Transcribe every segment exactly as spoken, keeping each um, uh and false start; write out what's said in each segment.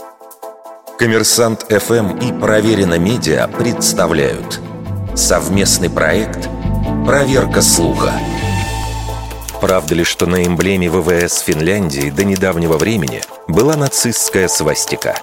Коммерсант эф эм и Проверено Медиа представляют совместный проект «Проверка слуха». Правда ли, что на эмблеме вэ вэ эс Финляндии до недавнего времени была нацистская свастика?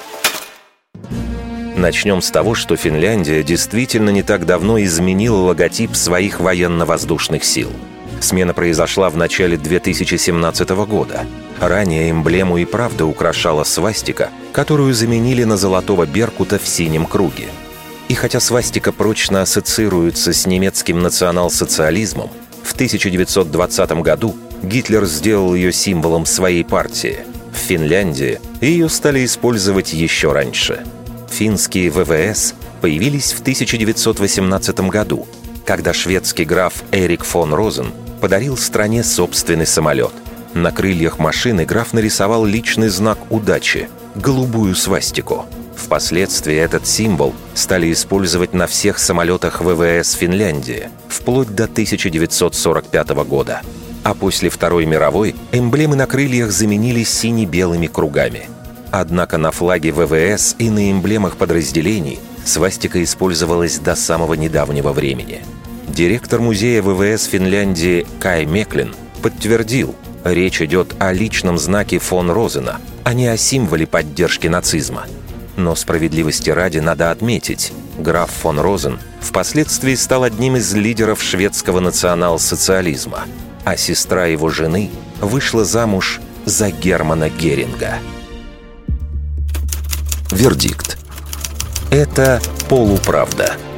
Начнем с того, что Финляндия действительно не так давно изменила логотип своих военно-воздушных сил. Смена произошла в начале две тысячи семнадцатого года. Ранее эмблему и правда украшала свастика, которую заменили на золотого беркута в синем круге. И хотя свастика прочно ассоциируется с немецким национал-социализмом, в тысяча девятьсот двадцатом году Гитлер сделал ее символом своей партии. В Финляндии ее стали использовать еще раньше. Финские вэ вэ эс появились в тысяча девятьсот восемнадцатом году, когда шведский граф Эрик фон Розен подарил стране собственный самолет. На крыльях машины граф нарисовал личный знак удачи – голубую свастику. Впоследствии этот символ стали использовать на всех самолетах вэ вэ эс Финляндии, вплоть до тысяча девятьсот сорок пятого года. А после Второй мировой эмблемы на крыльях заменили сине-белыми кругами. Однако на флаге вэ вэ эс и на эмблемах подразделений свастика использовалась до самого недавнего времени. Директор музея вэ вэ эс Финляндии Кай Меклин подтвердил, речь идет о личном знаке фон Розена, а не о символе поддержки нацизма. Но справедливости ради надо отметить, граф фон Розен впоследствии стал одним из лидеров шведского национал-социализма, а сестра его жены вышла замуж за Германа Геринга. Вердикт. Это полуправда.